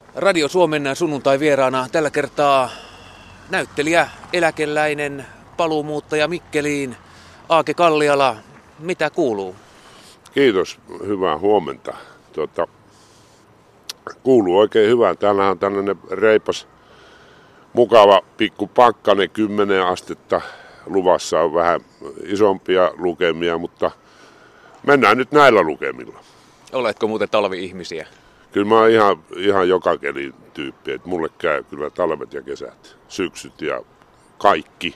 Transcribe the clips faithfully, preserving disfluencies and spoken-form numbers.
Radio Suomen sunnuntai vieraana tällä kertaa näyttelijä, eläkeläinen, paluumuuttaja Mikkeliin, Aake Kalliala. Mitä kuuluu? Kiitos, hyvää huomenta. Tuota, kuuluu oikein hyvää. Täällähän on tällainen reipas, mukava pikku pakkanen, kymmenen astetta. Luvassa on vähän isompia lukemia, mutta mennään nyt näillä lukemilla. Oletko muuten talvi-ihmisiä? Kyllä mä oon ihan, ihan joka kelin tyyppi, että mulle käy kyllä talvet ja kesät, syksyt ja kaikki.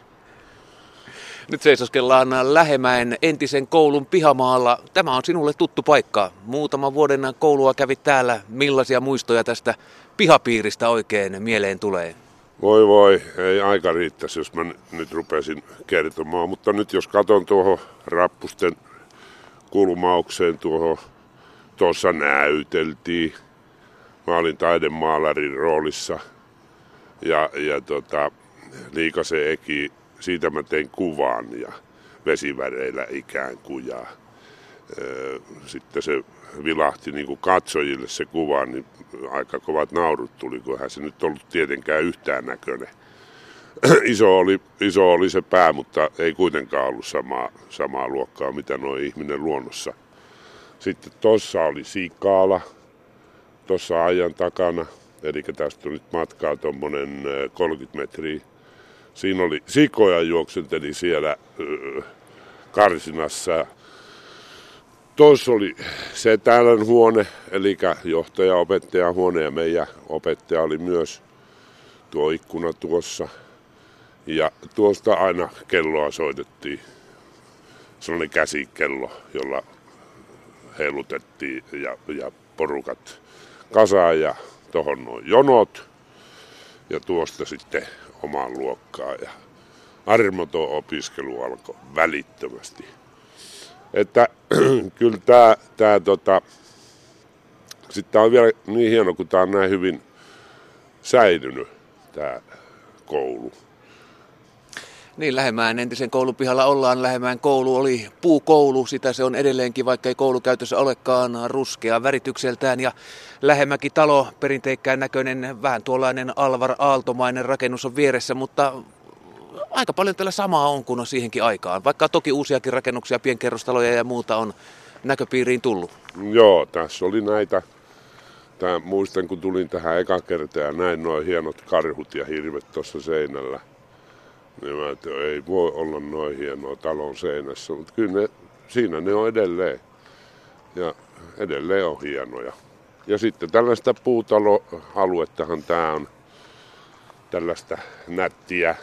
Nyt seisoskellaan Lähemäen entisen koulun pihamaalla. Tämä on sinulle tuttu paikka. Muutaman vuoden koulua kävit täällä. Millaisia muistoja tästä pihapiiristä oikein mieleen tulee? Voi voi, ei aika riittäisi, jos mä nyt rupesin kertomaan. Mutta nyt jos katson tuohon rappusten kulmaukseen, tuohon tuossa näyteltiin. Mä olin taidemaalarin roolissa ja, ja tota, Liikasen Eki, siitä mä tein kuvan ja vesiväreillä ikään kuin. Ja, ö, sitten se vilahti niin kuin katsojille se kuva, niin aika kovat naurut tuli, kun eihän se nyt ollut tietenkään yhtään näköinen. iso, oli, iso oli se pää, mutta ei kuitenkaan ollut samaa, samaa luokkaa, mitä nuo ihminen luonnossa. Sitten tuossa oli Sikaala, tuossa ajan takana, eli tästä on nyt matkaa tuommoinen kolmekymmentä metriä. Siinä oli sikoja juoksenteli siellä ö, karsinassa. Tuossa oli Setälän huone, eli johtaja-opettajan huone, ja meidän opettaja oli myös tuo ikkuna tuossa. Ja tuosta aina kelloa soitettiin, sellainen käsikello, jolla heilutettiin ja, ja porukat kasaan ja tuohon nuo jonot ja tuosta sitten omaan luokkaan ja armoton opiskelu alkoi välittömästi. Että kyllä tää, tää tota, sitten on vielä niin hieno, kun tää on näin hyvin säilynyt tää koulu. Niin, Lähemäen entisen koulun pihalla ollaan. Lähemäen koulu oli puukoulu, sitä se on edelleenkin, vaikka ei koulukäytössä olekaan, ruskea väritykseltään. Ja Lähemäki talo, perinteikkään näköinen, vähän tuollainen Alvar Aaltomainen rakennus on vieressä, mutta aika paljon tällä samaa on kuin on siihenkin aikaan. Vaikka toki uusiakin rakennuksia, pienkerrostaloja ja muuta on näköpiiriin tullut. Joo, tässä oli näitä. Tää, muistan, kun tulin tähän eka kertaa ja näin nuo hienot karhut ja hirvet tuossa seinällä. Niin mä ajattelin, ei voi olla noin hienoa talon seinässä, mutta kyllä ne, siinä ne on edelleen. Ja edelleen on hienoja. Ja sitten tällaista puutaloaluettahan tää on tällaista nättiä.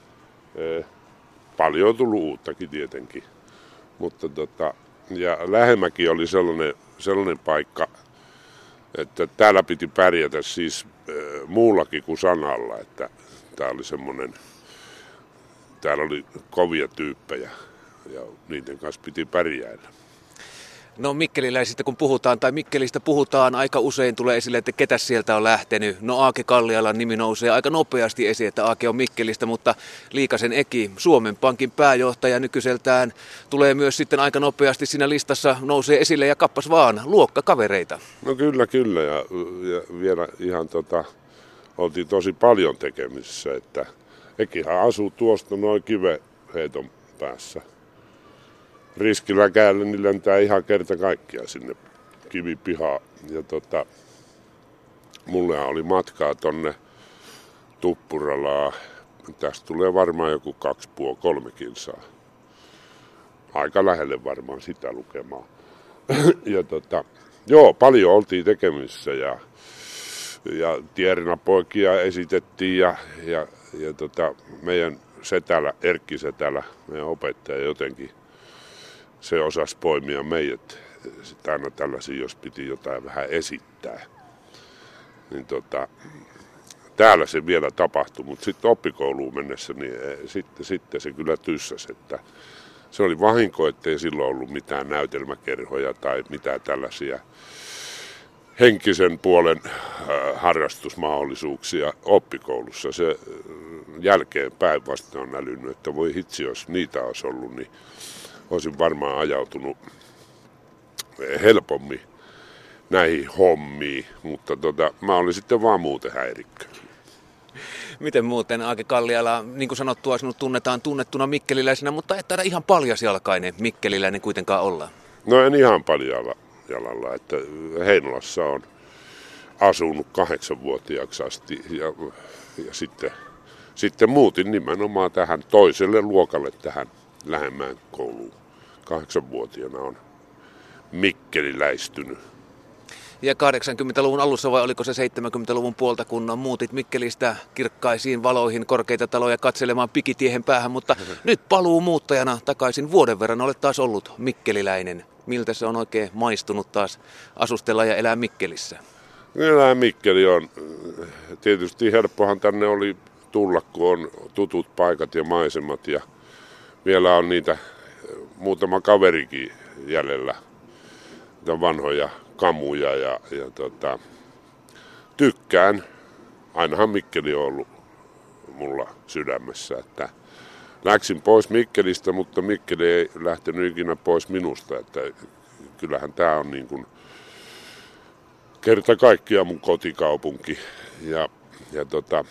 Paljon on tullut uuttakin tietenkin. Mutta tota, ja Lähemäki oli sellainen, sellainen paikka, että täällä piti pärjätä siis äh, muullakin kuin sanalla, että tää oli semmoinen. Täällä oli kovia tyyppejä ja niiden kanssa piti pärjäillä. No mikkeliläisistä kun puhutaan, tai Mikkelistä puhutaan, aika usein tulee esille, että ketä sieltä on lähtenyt. No Aake Kallialan nimi nousee aika nopeasti esiin, että Aake on Mikkelistä, mutta Liikasen Eki, Suomen Pankin pääjohtaja nykyiseltään, tulee myös sitten aika nopeasti siinä listassa, nousee esille ja kappas vaan, luokkakavereita. No kyllä, kyllä ja, ja vielä ihan tota, oltiin tosi paljon tekemisissä, että Ekihän asuu tuosta noin kiveheiton päässä. Riskiläkäällä niin lentää ihan kerta kaikkiaan sinne kivipihaan. Ja tota, mullehan oli matkaa tonne Tuppuralaan. Tästä tulee varmaan joku kaksi puoli kolme kilsaa. Aika lähelle varmaan sitä lukemaan. ja tota, joo, paljon oltiin tekemisissä ja, ja Tiernapoikia esitettiin ja, ja Ja tota, meidän Setälä, Erkki Setälä, meidän opettaja jotenkin, se osasi poimia meidät sitten aina tällaisia, jos piti jotain vähän esittää. Niin tota, täällä se vielä tapahtui, mutta sitten oppikouluun mennessä, niin sitten, sitten se kyllä tyssäsi, että se oli vahinko, ettei silloin ollut mitään näytelmäkerhoja tai mitään tällaisia henkisen puolen harrastusmahdollisuuksia oppikoulussa. Se jälkeen päinvastoin on älynyt, että voi hitsi, jos niitä olisi ollut, niin olisin varmaan ajautunut helpommin näihin hommiin, mutta tota, mä olin sitten vaan muuten häirikkö. Miten muuten, Aake Kalliala, niin kuin sanottua, sinut tunnetaan tunnettuna mikkeliläisenä, mutta et taida ihan paljasjalkainen mikkeliläinen kuitenkaan olla. No en ihan paljon jalalla, että Heinolassa on asunut kahdeksanvuotiaaksi asti ja, ja sitten, sitten muutin nimenomaan tähän toiselle luokalle tähän Lähemään kouluun. Kahdeksanvuotiaana on mikkeliläistynyt. Ja kahdeksankymmentäluvun alussa vai oliko se seitsemänkymmentäluvun puolta, kun muutit Mikkelistä kirkkaisiin valoihin korkeita taloja katselemaan pikitiehen päähän, mutta nyt paluu muuttajana takaisin vuoden verran. Olet taas ollut mikkeliläinen. Miltä se on oikein maistunut taas asustella ja elää Mikkelissä? Elää Mikkeli on. Tietysti helppohan tänne oli tulla, kun on tutut paikat ja maisemat ja vielä on niitä muutama kaverikin jäljellä, niitä vanhoja kamuja ja, ja tota, tykkään. Ainahan Mikkeli on ollut mulla sydämessä, että läksin pois Mikkelistä, mutta Mikkeli ei lähtenyt ikinä pois minusta, että kyllähän tää on niin kuin kerta kaikkiaan mun kotikaupunki ja, ja tota,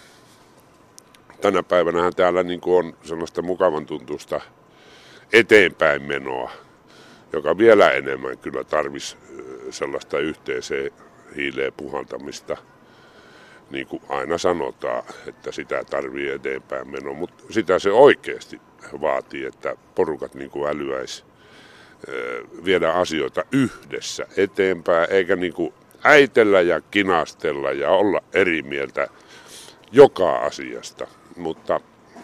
tänä päivänähän täällä niin kuin on sellaista mukavan tuntusta eteenpäin menoa, joka vielä enemmän kyllä tarvisi sellaista yhteiseen hiileen puhaltamista. Niin kuin aina sanotaan, että sitä tarvii eteenpäin menoa, mutta sitä se oikeasti vaatii, että porukat niin kuin älyäisi viedä asioita yhdessä eteenpäin, eikä niin kuin äitellä ja kinastella ja olla eri mieltä joka asiasta. Mutta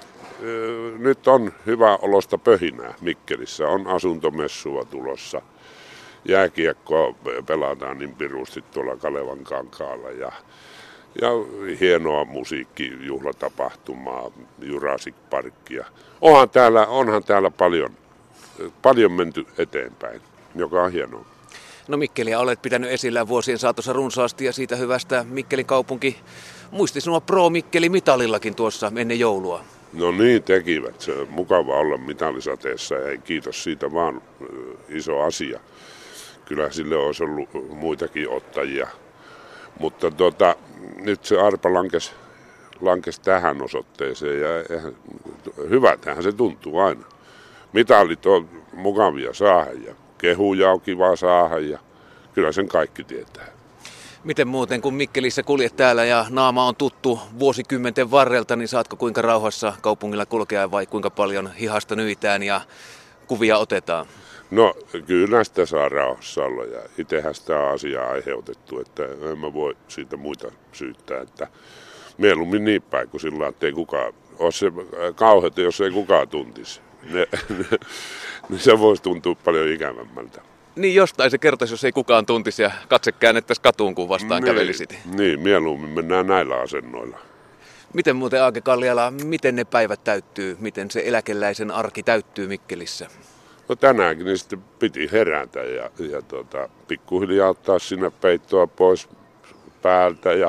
nyt on hyvä olosta pöhinää Mikkelissä, on asuntomessua tulossa. Jääkiekkoa pelataan niin pirusti tuolla Kalevan kankaalla ja, ja hienoa musiikkijuhlatapahtumaa, Jurassic Parkia. Onhan täällä, onhan täällä paljon, paljon menty eteenpäin, joka on hienoa. No Mikkeliä olet pitänyt esillä vuosien saatossa runsaasti ja siitä hyvästä Mikkelin kaupunki muisti sinua Pro Mikkeli mitalillakin tuossa ennen joulua. No niin tekivät. Se on mukava olla mitalisateessa ja kiitos siitä vaan iso asia. Kyllä sille olisi ollut muitakin ottajia. Mutta tota, nyt se arpa lankesi, lankesi tähän osoitteeseen ja eihän, hyvältähän se tuntuu aina. Mitalit on mukavia saada ja kehuja on kiva saada ja kyllä sen kaikki tietää. Miten muuten, kun Mikkelissä kuljet täällä ja naama on tuttu vuosikymmenten varrelta, niin saatko kuinka rauhassa kaupungilla kulkea vai kuinka paljon hihasta nyitään ja kuvia otetaan? No kyllä sitä saa rauhassa olla ja itsehän sitä on asiaa aiheutettu, että en mä voi siitä muita syyttää, että mieluummin niin päin kuin sillä että ei kukaan, ole se kauheata, jos ei kukaan tuntisi. Ne, ne, niin se voisi tuntua paljon ikävämmältä. Niin jostain se kertoisi, jos ei kukaan tuntisi ja katse käännettäisiin katuun, kun vastaan niin, kävelisit. Niin, mieluummin mennään näillä asennoilla. Miten muuten Aake Kalliala, miten ne päivät täyttyy, miten se eläkeläisen arki täyttyy Mikkelissä? No tänäänkin niin sitten piti herätä ja, ja tota, pikkuhiljaa ottaa sinne peittoa pois päältä ja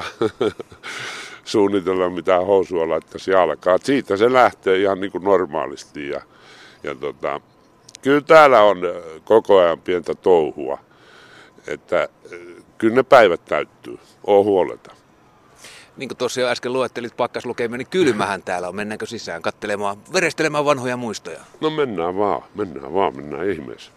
suunnitella mitään housua laittaisi jalkaan. Siitä se lähtee ihan niin kuin normaalisti ja, ja tota, kyllä täällä on koko ajan pientä touhua, että kyllä ne päivät täyttyy, oo huoleta. Niin kuin tuossa jo äsken luettelit pakkaslukemia, niin kylmähän täällä on. Mennäänkö sisään katselemaan, verestelemään vanhoja muistoja? No mennään vaan, mennään vaan, mennään ihmeessä.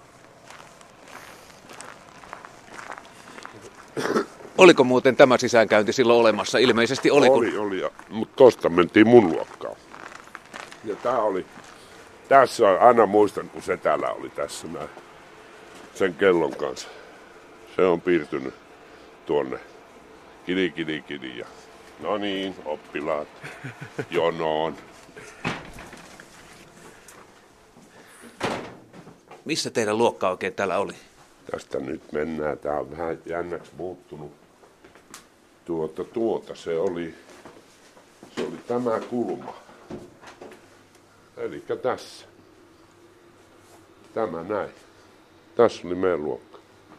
Oliko muuten tämä sisäänkäynti silloin olemassa? Ilmeisesti oli. Oli, kun... oli, mutta tosta mentiin mun luokkaan. Ja tää oli, tässä on, aina muistan, kun se täällä oli tässä näin, sen kellon kanssa. Se on piirtynyt tuonne. Kili, kili, kili ja no niin, oppilaat, jonoon. Missä teidän luokka oikein täällä oli? Tästä nyt mennään, tää on vähän jännäksi muuttunut. Tuota, tuota, se oli, se oli tämä kulma. Elikkä tässä. Tämä näin. Tässä oli meidän luokka.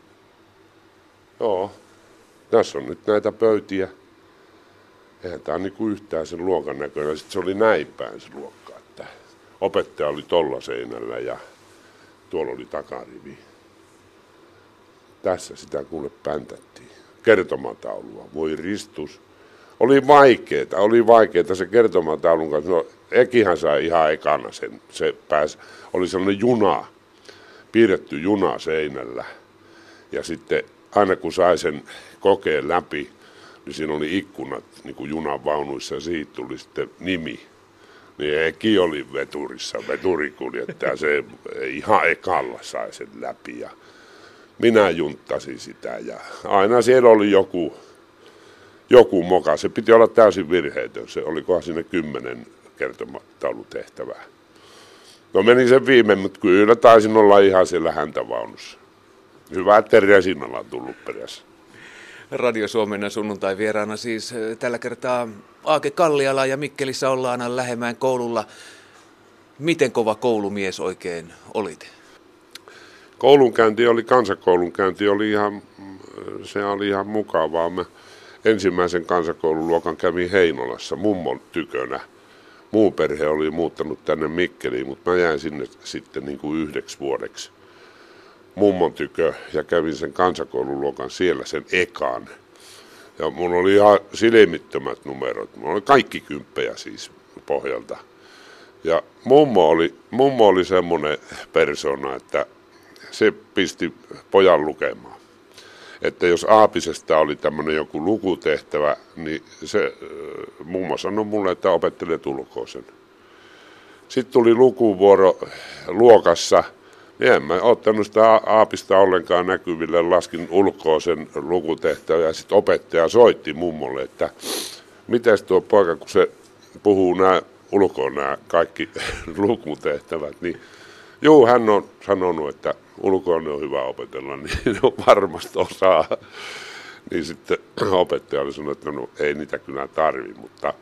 Joo. Tässä on nyt näitä pöytiä. Eihän tää niinku yhtään sen luokan näköinen. Sitten se oli näin päin se luokka, että opettaja oli tolla seinällä ja tuolla oli takarivi. Tässä sitä kuule päntättiin. Kertomataulua, voi ristus. Oli vaikeeta, oli vaikeeta se kertomataulun kanssa. No, Ekihän sai ihan ekana sen. Se pääsi, oli sellainen juna, piirretty juna seinällä. Ja sitten aina kun sai sen kokeen läpi, niin siinä oli ikkunat niin kuin junan vaunuissa ja siitä tuli sitten nimi. Niin Eki oli veturissa, veturikuljettaja, se ihan ekalla sai sen läpi ja minä junttasin sitä ja aina siellä oli joku, joku moka. Se piti olla täysin virheetön, se olikohan siinä kymmenen kertomataulutehtävää. No meni sen viime, mutta kyllä taisin olla ihan siellä häntävaunussa. Hyvä, että Resinalla on tullut perässä. Radio Suomen sunnuntai vieraana siis tällä kertaa Aake Kalliala ja Mikkelissä ollaan Lähemään koululla. Miten kova koulumies oikein olit? Koulunkäynti oli, kansakoulunkäynti oli ihan, se oli ihan mukavaa. Mä ensimmäisen kansakoululuokan kävin Heinolassa mummon tykönä. Muu perhe oli muuttanut tänne Mikkeliin, mutta mä jäin sinne sitten niin kuin yhdeksi vuodeksi mummon tykö ja kävin sen kansakoululuokan siellä sen ekan. Ja mulla oli ihan silmittömät numerot. Mulla oli kaikki kymppejä siis pohjalta. Ja mummo oli, mummo oli semmoinen persona, että se pisti pojan lukemaan. Että jos aapisesta oli tämmöinen joku lukutehtävä, niin se mummo sanoi mulle, että opettelet ulkoa sen. Sitten tuli lukuvuoro luokassa. Niin en mä ottanut sitä aapista ollenkaan näkyville, laskin ulkoa sen lukutehtävän ja sitten opettaja soitti mummolle, että mites tuo poika, kun se puhuu nämä ulkoa nämä kaikki lukutehtävät, niin juu, hän on sanonut, että ulkoa ne on hyvä opetella, niin ne on varmasti osaa. Niin sitten opettaja oli sanonut, että no ei niitä kyllä tarvi, mutta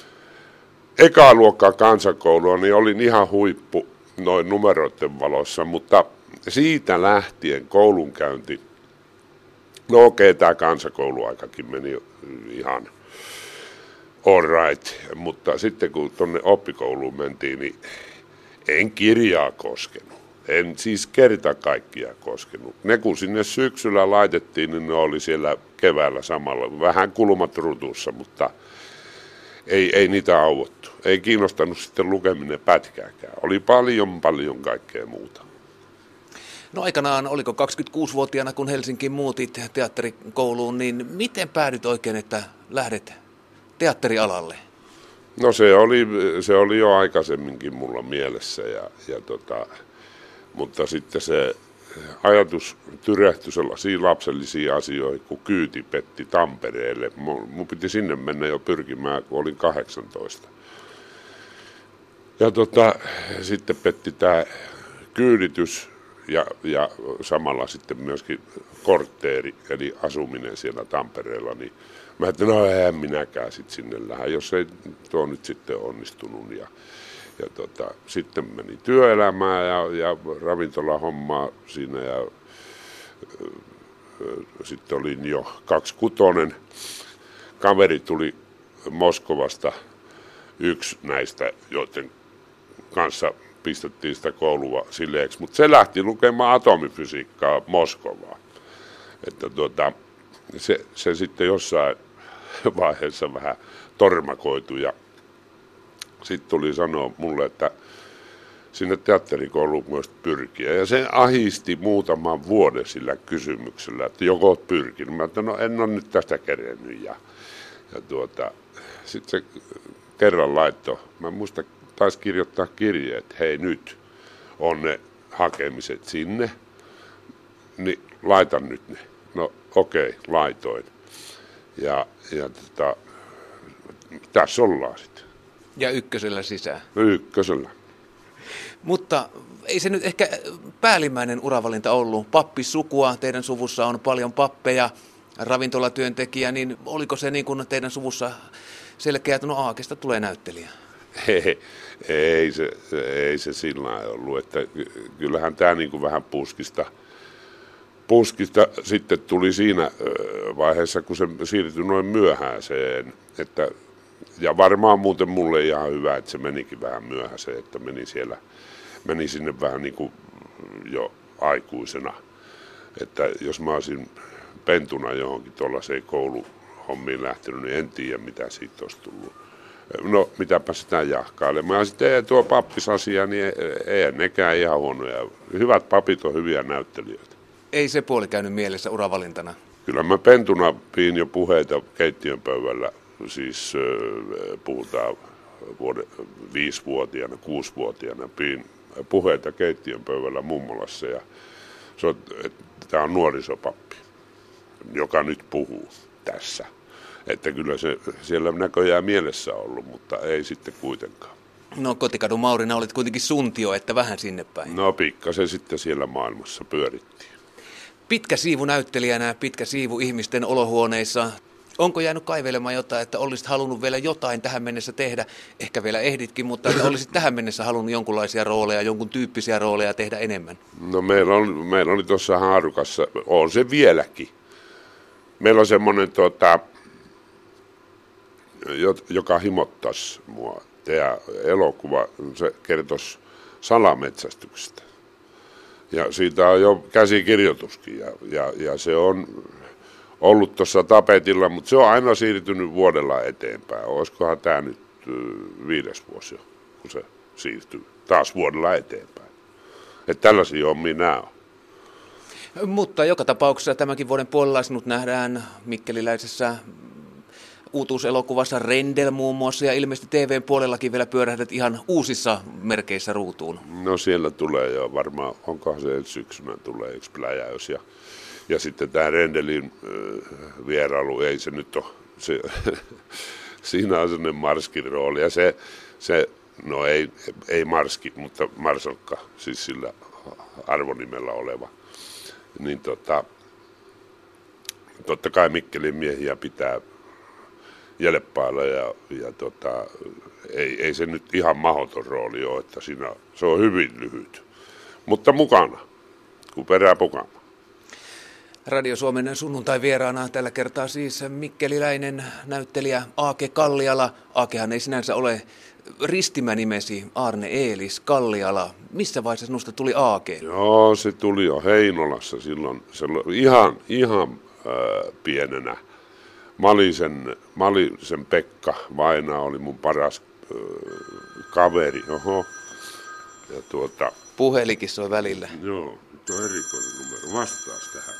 ekaa luokkaa kansakoulua, niin olin ihan huippu noin numeroiden valossa, mutta siitä lähtien koulunkäynti, no okei, okay, tämä kansakouluaikakin meni ihan all right, mutta sitten kun tuonne oppikouluun mentiin, niin en kirjaa koskenut. En siis kerta kaikkiaan koskenut. Ne kun sinne syksyllä laitettiin, niin ne oli siellä keväällä samalla, vähän kulmat rutussa, mutta ei, ei niitä auottu. Ei kiinnostanut sitten lukeminen pätkääkään. Oli paljon, paljon kaikkea muuta. No aikanaan, oliko kaksikymmentäkuusivuotiaana, kun Helsinkiin muutit teatterikouluun, niin miten päädyt oikein, että lähdet teatterialalle? No se oli, se oli jo aikaisemminkin mulla mielessä, ja, ja tota, mutta sitten se ajatus tyrehtyi sellaisiin lapsellisiin asioihin, kun kyyti petti Tampereelle. Mun piti sinne mennä jo pyrkimään, kun olin kahdeksantoista. Ja tota, sitten petti tämä kyyditys ja, ja samalla sitten myöskin kortteeri, eli asuminen siellä Tampereella. Niin mä ajattelin, no eihän minäkään sitten sinne lähde, jos ei tuo nyt sitten onnistunut. Ja, ja tota, sitten meni työelämään ja, ja ravintolahommaa siinä ja ö, ö, sitten olin jo kaksikutonen. Kaveri tuli Moskovasta, yksi näistä, joiden kanssa pistettiin sitä koulua sileeksi, mutta se lähti lukemaan atomifysiikkaa Moskovaan. Että tuota, se, se sitten jossain vaiheessa vähän tormakoitui ja sitten tuli sanoa mulle, että sinne teatterikouluun myös pyrkiä. Ja se ahisti muutaman vuoden sillä kysymyksellä, että joko olet pyrkinyt. Mä että no en ole nyt tästä kerennyt. Ja, ja tuota, sitten se kerran laittoi, mä muista taisi kirjoittaa kirjeet, että hei nyt on ne hakemiset sinne, niin laitan nyt ne. No okei, okay, laitoin. Ja, ja tota, tässä ollaan sitten. Ja ykkösellä sisään. Ykkösellä. Mutta ei se nyt ehkä päällimmäinen uravalinta ollut. Pappisukua, teidän suvussa on paljon pappeja, ravintolatyöntekijä, niin oliko se niin kuin teidän suvussa selkeä, että no Aakesta tulee näyttelijä? Ei, ei, se, ei se sillä lailla ollut, että kyllähän tämä niin kuin vähän puskista, puskista sitten tuli siinä vaiheessa, kun se siirtyi noin myöhäiseen, että ja varmaan muuten mulle ihan hyvä, että se menikin vähän myöhäiseen, että meni siellä, meni sinne vähän niin kuin jo aikuisena. Että jos mä olisin pentuna johonkin tuollaiseen kouluhommiin lähtenyt, niin en tiedä mitä siitä olisi tullut. No, mitäpä sitä jahkailemaan. Ja sitten ei tuo pappisasia, niin ei, ei nekään ihan huonoja. Hyvät papit on hyviä näyttelijöitä. Ei se puoli käynyt mielessä uravalintana. Kyllä mä pentuna piin jo puheita keittiön pöydällä, siis äh, puhutaan vuoden, viisivuotiaana, kuusivuotiaana piin puheita keittiön pöydällä mummolassa. Ja se on, tämä on nuorisopappi, joka nyt puhuu tässä. Että kyllä se siellä näköjään mielessä ollut, mutta ei sitten kuitenkaan. No Kotikadun Maurina olit kuitenkin suntio, että vähän sinne päin. No pikkasen sitten siellä maailmassa pyörittiin. Pitkä siivu näyttelijänä, pitkä siivu ihmisten olohuoneissa. Onko jäänyt kaivelemaan jotain, että olisit halunnut vielä jotain tähän mennessä tehdä? Ehkä vielä ehditkin, mutta että olisit tähän mennessä halunnut jonkunlaisia rooleja, jonkun tyyppisiä rooleja tehdä enemmän? No meillä oli, meillä oli tuossa haarukassa, on se vieläkin. Meillä on semmoinen, tota, joka himottaisi mua. Tämä elokuva, se kertoisi salametsästyksestä. Ja siitä on jo käsikirjoituskin ja, ja, ja se on ollut tuossa tapetilla, mutta se on aina siirtynyt vuodella eteenpäin. Olisikohan tämä nyt viides vuosi jo, kun se siirtyy taas vuodella eteenpäin. Että tällaisia hommia nämä on. Mutta joka tapauksessa tämänkin vuoden puolella sinut nähdään mikkeliläisessä uutuuselokuvassa Rendel muun muassa, ja ilmeisesti T V:n puolellakin vielä pyörähdät ihan uusissa merkeissä ruutuun. No siellä tulee jo varmaan, onkohan se ensi syksynä tulee yksi pläjäys. Ja, ja sitten tämä Rendelin äh, vierailu, ei se nyt ole, se, siinä on sellainen Marskin rooli. Ja se, se no ei, ei Marski, mutta Marsalkka, siis sillä arvonimellä oleva. Niin tota, totta kai Mikkelin miehiä pitää jelppailla ja, ja tota, ei, ei se nyt ihan mahdoton rooli ole, että siinä se on hyvin lyhyt, mutta mukana, kun perää mukana. Radio Suomen sunnuntai vieraana tällä kertaa siis mikkeliläinen näyttelijä Aake Kalliala. Aakehan ei sinänsä ole ristimänimesi, Aarne Eelis Kalliala. Missä vaiheessa sinusta tuli Aake? Joo, se tuli jo Heinolassa silloin, silloin ihan, ihan äh, pienenä. Malisen, Malisen Pekka Vainaa oli mun paras äh, kaveri. Oho. Ja tuota, puhelikin soi välillä. Joo, nyt on erikoinen numero. Vastaas tähän.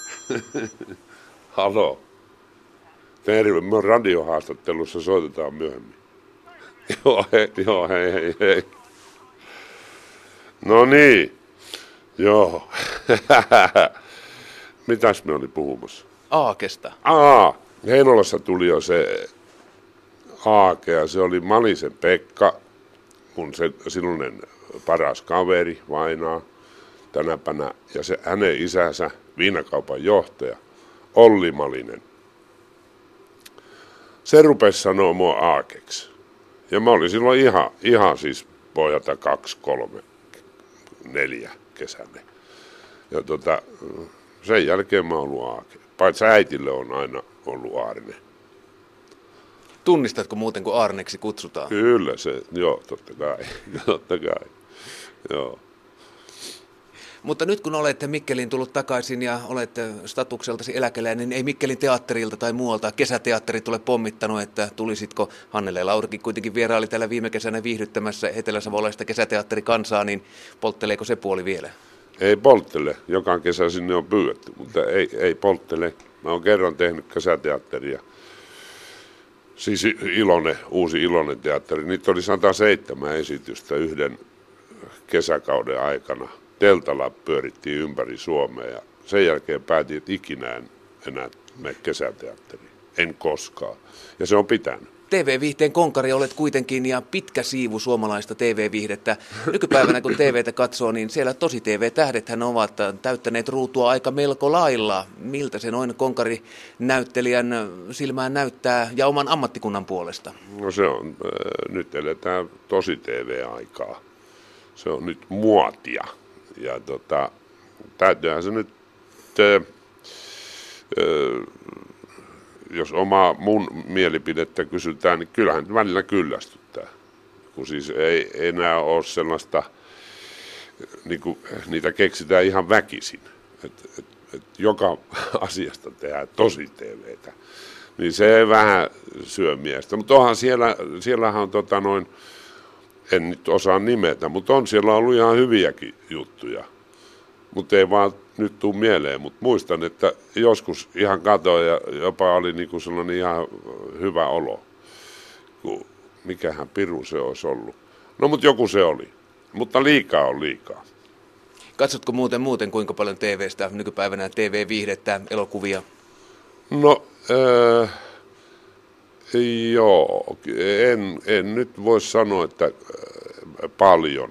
Halo. Terve, me on radiohaastattelussa, soitetaan myöhemmin. Joo, hei, joo, hei, hei, hei. No niin, joo. Mitäs me oli puhumassa? Aakesta. Aa, Heinolassa tuli jo se Aake ja se oli Malisen Pekka, mun se silloinen paras kaveri, Vainaa tänäpänä. Ja se hänen isänsä, viinakaupan johtaja, Olli Malinen. Se rupesi sanoa mua Aakeksi. Ja mä olin silloin ihan, ihan siis pojata kaksi, kolme, neljä kesänne. Ja tota, sen jälkeen mä oon ollut Aake. Paitsi äitille on aina ollut Aarne. Tunnistatko muuten, kun Aarneksi kutsutaan? Kyllä se, joo, totta kai. totta kai. Joo. Mutta nyt kun olette Mikkeliin tullut takaisin ja olette statukseltasi eläkeläinen, niin ei Mikkelin teatterilta tai muualta kesäteatteri tule pommittanut, että tulisitko, Hannele Laurikin kuitenkin vieraili täällä viime kesänä viihdyttämässä eteläsavolaista kesäteatterikansaa, niin poltteleeko se puoli vielä? Ei polttele, joka kesä sinne on pyydetty, mutta ei, ei polttele. Mä oon kerran tehnyt kesäteatteria, siis Ilonen, uusi Ilonen teatteri, niitä oli sata seitsemän esitystä yhden kesäkauden aikana. Teltalla pyörittiin ympäri Suomea ja sen jälkeen päätin, että ikinä en enää mene kesäteatteriin. En koskaan. Ja se on pitänyt. T V-viihteen konkari olet kuitenkin ja pitkä siivu suomalaista T V-viihdettä. Nykypäivänä kun T V:tä katsoo, niin siellä tosi T V-tähdethän ovat täyttäneet ruutua aika melko lailla. Miltä se noin konkarinäyttelijän silmään näyttää ja oman ammattikunnan puolesta? No se on, äh, nyt eletään tosi T V-aikaa. Se on nyt muotia. Ja tota, täytyyhän se nyt, äh, äh, jos omaa mun mielipidettä kysytään, niin kyllähän välillä kyllästyttää. Kun siis ei enää ole sellaista, niin kuin, niitä keksitään ihan väkisin. Et, et että joka asiasta tehdään tosi T V:tä. Niin se vähän syö miestä. Mutta onhan siellä, siellähän on tota noin, en nyt osaa nimetä, mutta on siellä ollut ihan hyviäkin juttuja. Mutta ei vaan nyt tuu mieleen, mutta muistan, että joskus ihan katoin ja jopa oli niinku sellainen ihan hyvä olo. Mikähän piru se olisi ollut. No mutta joku se oli, mutta liikaa on liikaa. Katsotko muuten muuten kuinka paljon T V:stä nykypäivänä T V-viihdettä, elokuvia? No, äh, joo, en, en nyt voi sanoa, että äh, paljon.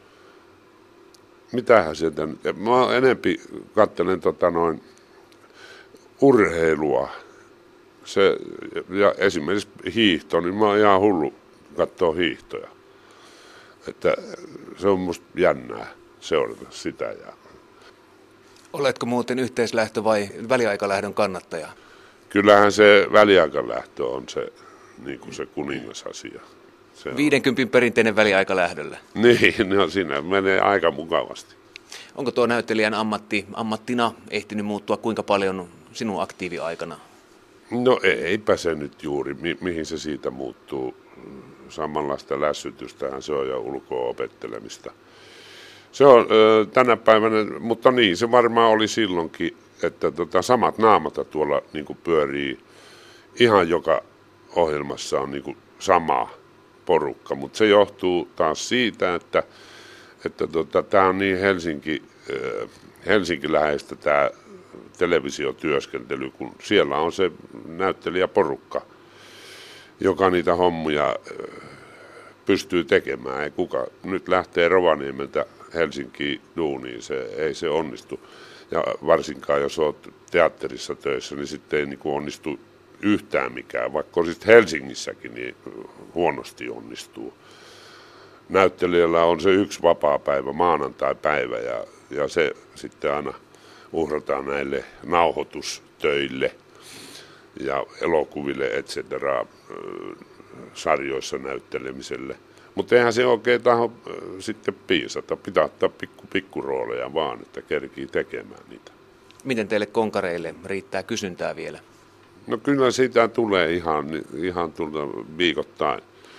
Mitähän sieltä nyt, mä enempi katselen tota noin urheilua. Se, ja esimerkiksi hiihto, niin mä oon ihan hullu katsoa hiihtoja. Että se on musta jännää seurata sitä. Ja... Oletko muuten yhteislähtö- vai väliaikalähdön kannattaja? Kyllähän se väliaikalähtö on se, niin kuin se kuningasasia. Se on... viidenkympin perinteinen väliaikalähdöllä. Niin, no siinä menee aika mukavasti. Onko tuo näyttelijän ammatti, ammattina ehtinyt muuttua kuinka paljon sinun aktiiviaikana? No eipä se nyt juuri, Mi- mihin se siitä muuttuu. Samanlaista lässytystähän se on ja ulkoa opettelemista. Se on ö, tänä päivänä, mutta niin se varmaan oli silloinkin, että tota, samat naamata tuolla niin kuin pyörii. Ihan joka ohjelmassa on niin kuin sama porukka, mutta se johtuu taas siitä, että että tota, tämä on niin Helsinki, ö, Helsinki-läheistä tämä televisiotyöskentely, kun siellä on se näyttelijäporukka, joka niitä hommuja pystyy tekemään. Ei kuka nyt lähtee Rovaniemeltä Helsinkiin duuniin, se, ei se onnistu. Ja varsinkaan jos olet teatterissa töissä, niin sitten ei niin kuin onnistu yhtään mikään. Vaikka olisit Helsingissäkin, niin huonosti onnistuu. Näyttelijällä on se yksi vapaapäivä, maanantai-päivä, ja, ja se sitten aina uhrataan näille nauhoitustöille ja elokuville, et cetera, sarjoissa näyttelemiselle. Mutta eihän se oikein taho sitten piisata. Pitää ottaa pikku, pikkurooleja vaan, että kerkii tekemään niitä. Miten teille konkareille riittää kysyntää vielä? No kyllä siitä tulee ihan, ihan tulla viikoittain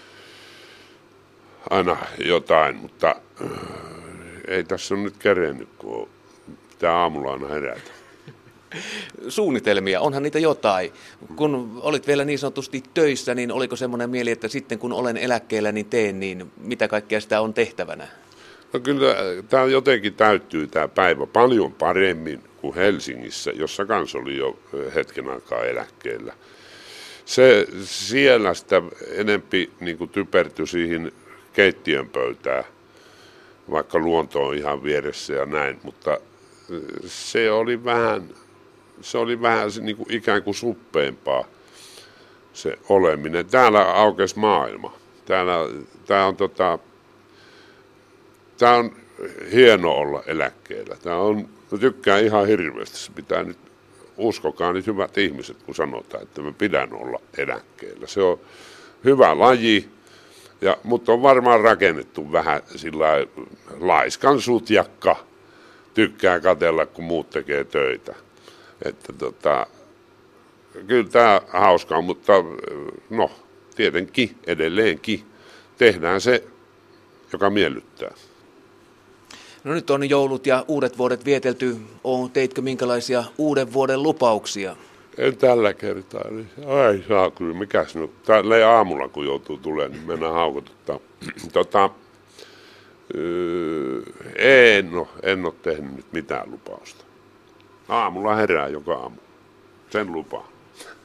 aina jotain, mutta ei tässä ole nyt kerennyt, kun pitää aamulla aina herätä. Suunnitelmia, onhan niitä jotain. Kun olit vielä niin sanotusti töissä, niin oliko semmoinen mieli, että sitten kun olen eläkkeellä, niin teen, niin mitä kaikkea sitä on tehtävänä? No kyllä tämä jotenkin täyttyy tämä päivä paljon paremmin kuin Helsingissä, jossa kans oli jo hetken aikaa eläkkeellä. Se siellä sitä enempi niin kuin typertyi siihen keittiön pöytään, vaikka luonto on ihan vieressä ja näin, mutta se oli vähän, se oli vähän niin kuin ikään kuin suppeempaa se oleminen. Täällä aukesi maailma. Täällä, tää on tota, tää on hieno olla eläkkeellä. Tää on, mä tykkään ihan hirveästi. Se pitää nyt, uskokaa nyt hyvät ihmiset, kun sanotaan, että mä pidän olla eläkkeellä. Se on hyvä laji. Ja, mutta on varmaan rakennettu vähän sillä laiskan sutjakka, tykkää katsella, kun muut tekee töitä. Että tota, kyllä tämä hauskaa, mutta no, tietenkin edelleenkin tehdään se, joka miellyttää. No nyt on joulut ja uudet vuodet vietelty. O, teitkö minkälaisia uuden vuoden lupauksia? En tällä kertaa. Niin ai saa kyllä, mikäs nyt. Tällä aamulla kun joutuu tulemaan, niin mennään haukotuttaa. tota, öö, en, ole, en ole tehnyt nyt mitään lupausta. Aamulla herää joka aamu. Sen lupaa.